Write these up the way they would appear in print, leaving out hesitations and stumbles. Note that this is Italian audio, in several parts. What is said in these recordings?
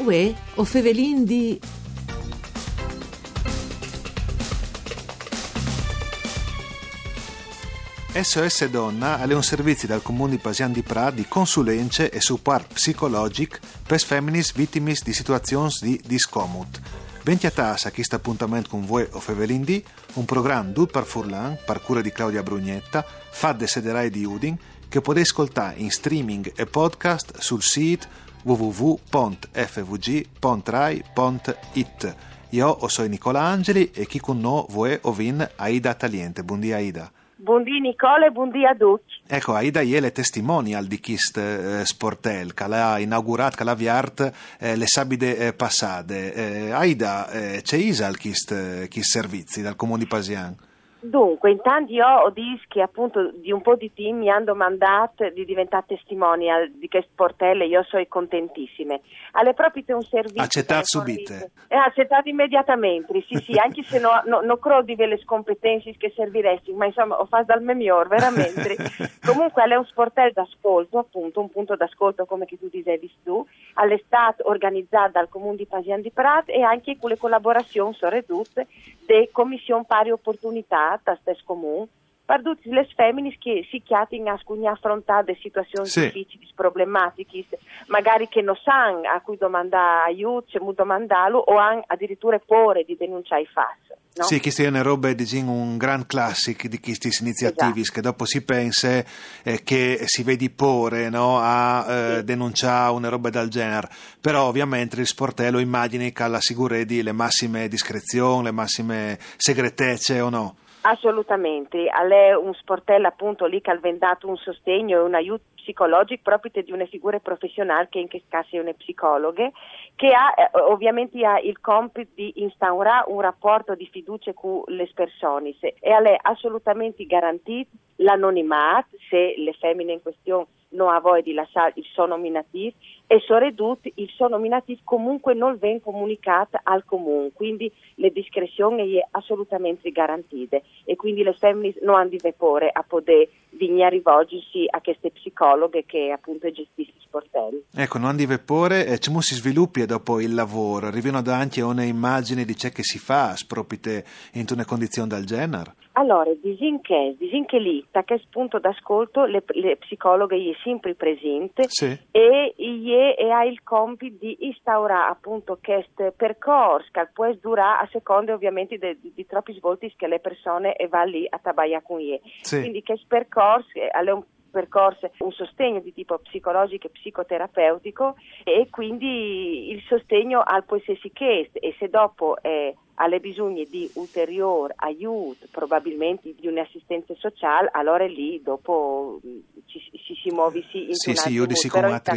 Uè, o fevelin di... SOS Donna è un servizio dal Comune di Pasian di Prat di consulenze e supporto psicologico per femminis vittime di situazioni di discomut. Venti a tassa a questo appuntamento con voi o fevelin di, un programma dut par Furlan, par cura di Claudia Brugnetta, fatto da Sederai di Udin, che potete ascoltare in streaming e podcast sul sito www.fvg.rai.it. Io sono Nicola Angeli e chi con noi vuoi ovin Aida Taliente. Buondì Aida. Buondì Nicola e buondì a tutti. Ecco, Aida è le testimonial di questo sportel che l'ha inaugurato, che l'ha avviato le sabide passate. Aida, c'è Isal questo servizi dal Comune di Pasian? Dunque, intanto io ho detto che appunto di un po' di team mi hanno mandato di diventare testimonial di questo sportello e io sono contentissime. Alle proprio un servizio... Accettato subito? Accettato immediatamente, sì, anche se non credo di avere le competenze che serviresti, ma insomma ho fatto dal mio miglior, veramente. Comunque è un sportello d'ascolto, appunto, un punto d'ascolto come che tu dicevi tu, all'estate organizzato dal Comune di Pasian di Prat e anche con le collaborazioni sono tutte de Commissione Pari Opportunità da stesso comune, per tutte le femmine che si chiamano a affrontare situazioni difficili, problematiche, magari che non sanno a cui domandare aiuto, se mu domandarlo, o hanno addirittura paura di denunciare i fatti. No? Sì, questa è una roba un gran classico di queste iniziative, esatto. Che dopo si pensa che si vedi porre, no, a denunciare una roba del genere, però ovviamente il sportello immagini che alla sicurezza le massime discrezioni, le massime segretezze o no? Assolutamente, è un sportello appunto lì che ha vendato un sostegno e un aiuto psicologico proprio di una figura professionale che in questo caso è una psicologa che ovviamente ha il compito di instaurare un rapporto di fiducia con le persone e è assolutamente garantito l'anonimato se le femmine in questione non ha voglia di lasciare il suo nominativo e soprattutto il suo nominativo comunque non viene comunicato al comune, quindi le discrezioni è assolutamente garantite e quindi le femmine non hanno di paura a poter venire a rivolgersi a queste psicologhe che appunto gestiscono i sportelli. Ecco, non hanno di paura e come si sviluppa dopo il lavoro? Arrivano davanti a un'immagine di ciò che si fa proprio in una condizione del genere? Allora, disin che lì, da questo punto d'ascolto, le psicologhe è sempre presente sì. e ha il compito di instaurare appunto questo percorso che può durare a seconda ovviamente di troppi svolti che le persone vanno lì a tabagliare con lei. Sì. Quindi questo percorso è un percorso, un sostegno di tipo psicologico e psicoterapeutico e quindi il sostegno al può essersi chiesto e se dopo alle bisogni di ulteriore aiuto, probabilmente di un'assistenza sociale, allora lì dopo si muove in io dissi con altre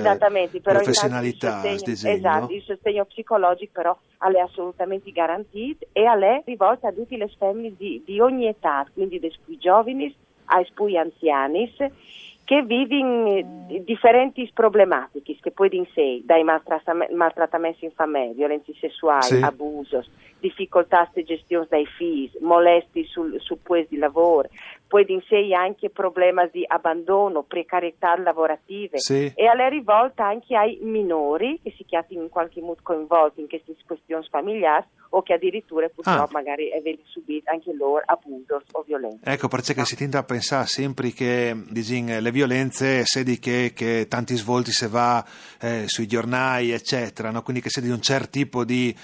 professionalità, esatto, il sostegno psicologico però è assolutamente garantito e è rivolto a tutte le femmine di ogni età, quindi dai giovani ai spui anziani che vivono differenti problematiche che poi in sé dai maltrattamenti in famiglia, violenze sessuali, sì. abusi, difficoltà di gestione dai figli, molesti sul posto di lavoro, poi in sé anche problemi di abbandono, precarietà lavorative sì. e alle rivolta anche ai minori che si chiamano in qualche modo coinvolti in queste questioni familiari o che addirittura purtroppo magari avevano subito anche loro abusi o violenza. Ecco, perché si tende a pensare sempre che le violenze sedi che tanti svolti se va sui giornali eccetera, no? Quindi che se di un certo tipo di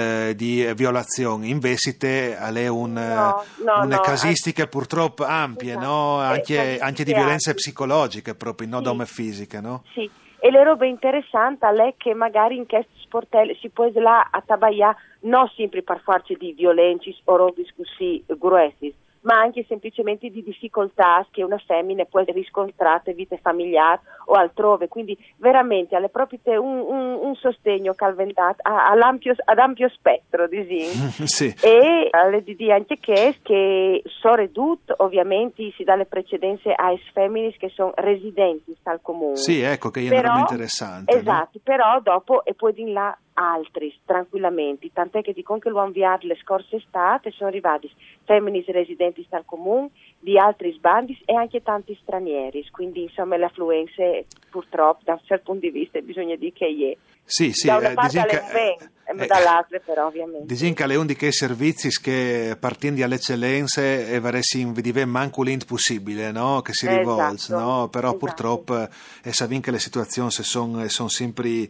violazione investite è una casistica purtroppo ampie, esatto. No? Anche di violenze psicologiche proprio, non dome fisiche, no? Sì, e le robe interessanti è che magari in questo sportello si può là a tabagliare non sempre per forza di violenze o robe così grossi, ma anche semplicemente di difficoltà che una femmina può riscontrare in vita familiare o altrove, quindi veramente alle proprie un sostegno calvendato ad ampio spettro sì. E alle di anche che sono ridotte ovviamente si dà le precedenze ai femmine che sono residenti al comune. Sì, ecco che è una roba interessante. Esatto, no? però dopo e poi di là altri tranquillamente, tant'è che dicono che lo hanno inviato le scorse estate, sono arrivati femmini residenti dal comune, di altri sbandi e anche tanti stranieri, quindi insomma l'affluenza purtroppo da un certo punto di vista bisogna dire che è. Sì, Da una parte dall'altra però ovviamente. Dicono che le uno di quei servizi che partendo dalle eccellenze e varesi in manco l'int possibile, no? Che si rivolge, no? Però purtroppo sappiamo che le situazioni sono sempre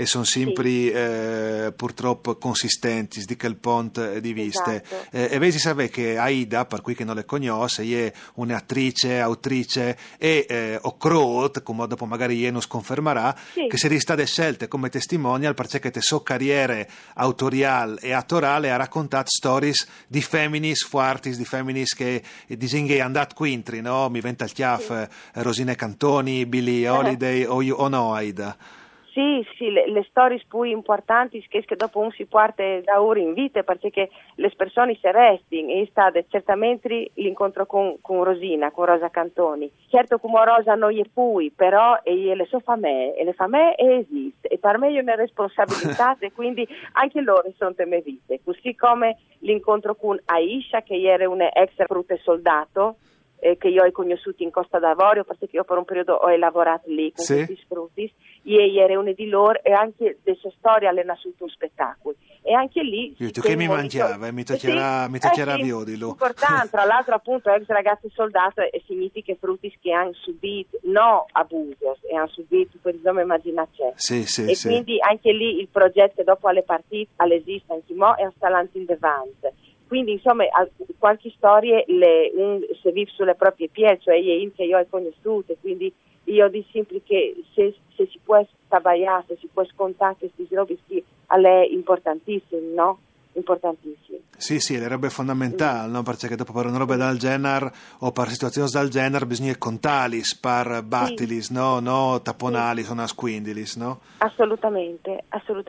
purtroppo consistenti di quel punto di vista. E vedi sapere che Aida, per cui che non le conosce, è un'attrice, autrice e Ocrot, come dopo magari non sconfermerà, che si state scelte come testimonial perché te so carriere autorial e attorale ha raccontato stories di femminis fuartis, di femminis che dicono che è andato quintri, no? Mi venta il chiaf, Rosine Cantoni, Billie Holiday o no, Aida? Sì, le storie più importanti che dopo un si porta da ora in vita perché le persone si restano e sta certamente l'incontro con Rosina, con Rosa Cantoni. Certo come Rosa non è poi, però le sue famiglie e le famiglie esiste e per me è una responsabilità e quindi anche loro sono teme vite. Così come l'incontro con Aisha che era un ex frutta soldato che io ho conosciuto in Costa d'Avorio perché io per un periodo ho lavorato lì con questi sfrutti e era una di loro e anche le sue storie hanno nasciuto un spettacolo e anche lì che mi mangiava mi toccherà viodilo importante tra l'altro appunto ex ragazzi soldati e significa frutti che hanno subito no abuso e hanno subito per esempio immaginazione quindi anche lì il progetto dopo alle partite all'esiste anche mo è stato in devant. Quindi insomma qualche storia si vive sulle proprie piedi, cioè che io ho conosciuto, quindi io dico sempre che se si può stabaiare, se si può scontare questi robe è importantissimo, no? Importantissimo. Sì, le robe fondamentali, no? Perché dopo per una roba del genere o per situazioni del genere bisogna contalis, per battilis, no taponalis o nasquindilis, no? Assolutamente,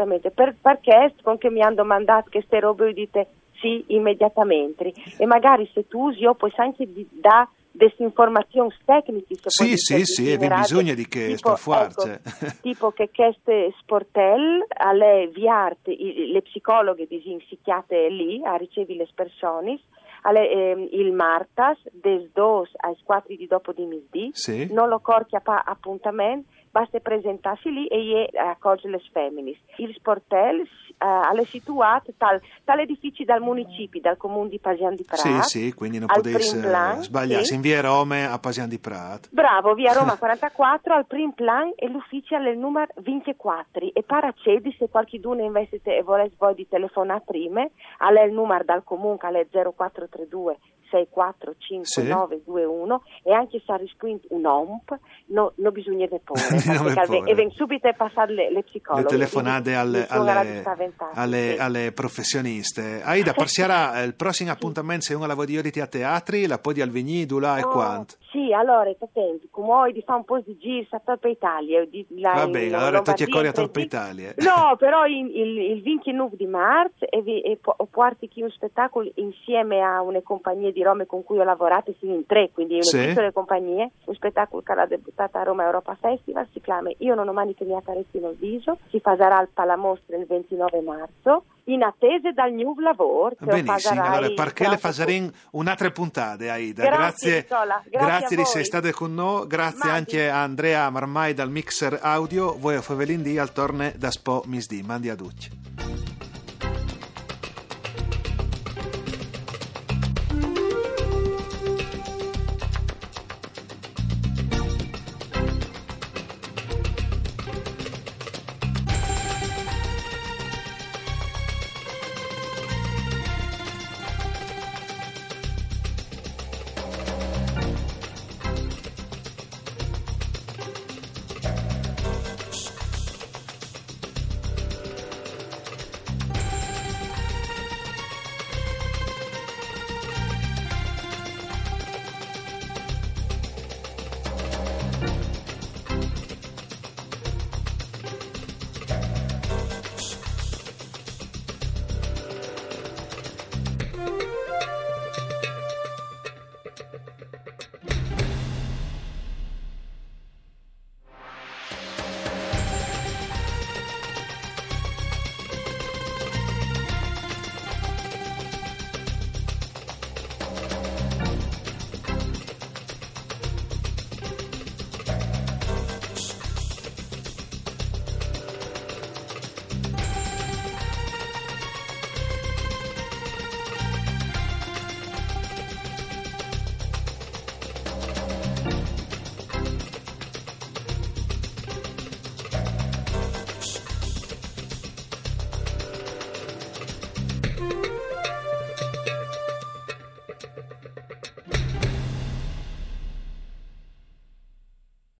perché con che mi hanno domandato queste robe dite sì, immediatamente e magari se tu usi io puoi anche da disinformazioni tecniche sì, e bisogna di che sparfuarci tipo che queste sportel alle viarte le psicologhe disinsichiate lì a ricevi le persone il martas des 2 ai 4 di dopo di misdì non lo corchia pa appuntamento basta presentarsi lì e accoglie le femmine. Il sportel è situato dall'edificio dal municipio, dal comune di Pasian di Prato. Sì, quindi non potete sbagliarsi. In via Rome a Pasian di Prato. Bravo, via Roma 44 al primo plan e l'ufficial è il numero 24 e per accedi se qualcuno invece vuole voi di telefonare prima, è il numero dal comune che è 0432 645921 e anche se ha risposto un OMP non bisogna deporre e ven subito passare le psicologhe le telefonate alle professioniste. Aida, parserà il prossimo appuntamento se uno la vuole dire a teatri la podi al Vignidula e quanto? Sì, allora attenti come ho di fare un po' di giro a tutta Italia va bene, allora tocchi a correre a tutta Italia no, però il 29 di marzo e porti qui un spettacolo insieme a una compagnia di Roma con cui ho lavorato in 3, quindi una piccole compagnie, un spettacolo che l'ha debuttata a Roma Europa Festival, si chiama Io non ho mani che mi accarezzino il viso, si farà al Palamostra il 29 marzo, in attesa dal nuovo lavoro. Benissimo, allora perché le faremo un'altra puntata, Aida? Grazie di essere state con noi, grazie anche a Andrea Marmai dal Mixer Audio, voi a Fevelin di al torne da Spo Misdi, mandi a tutti.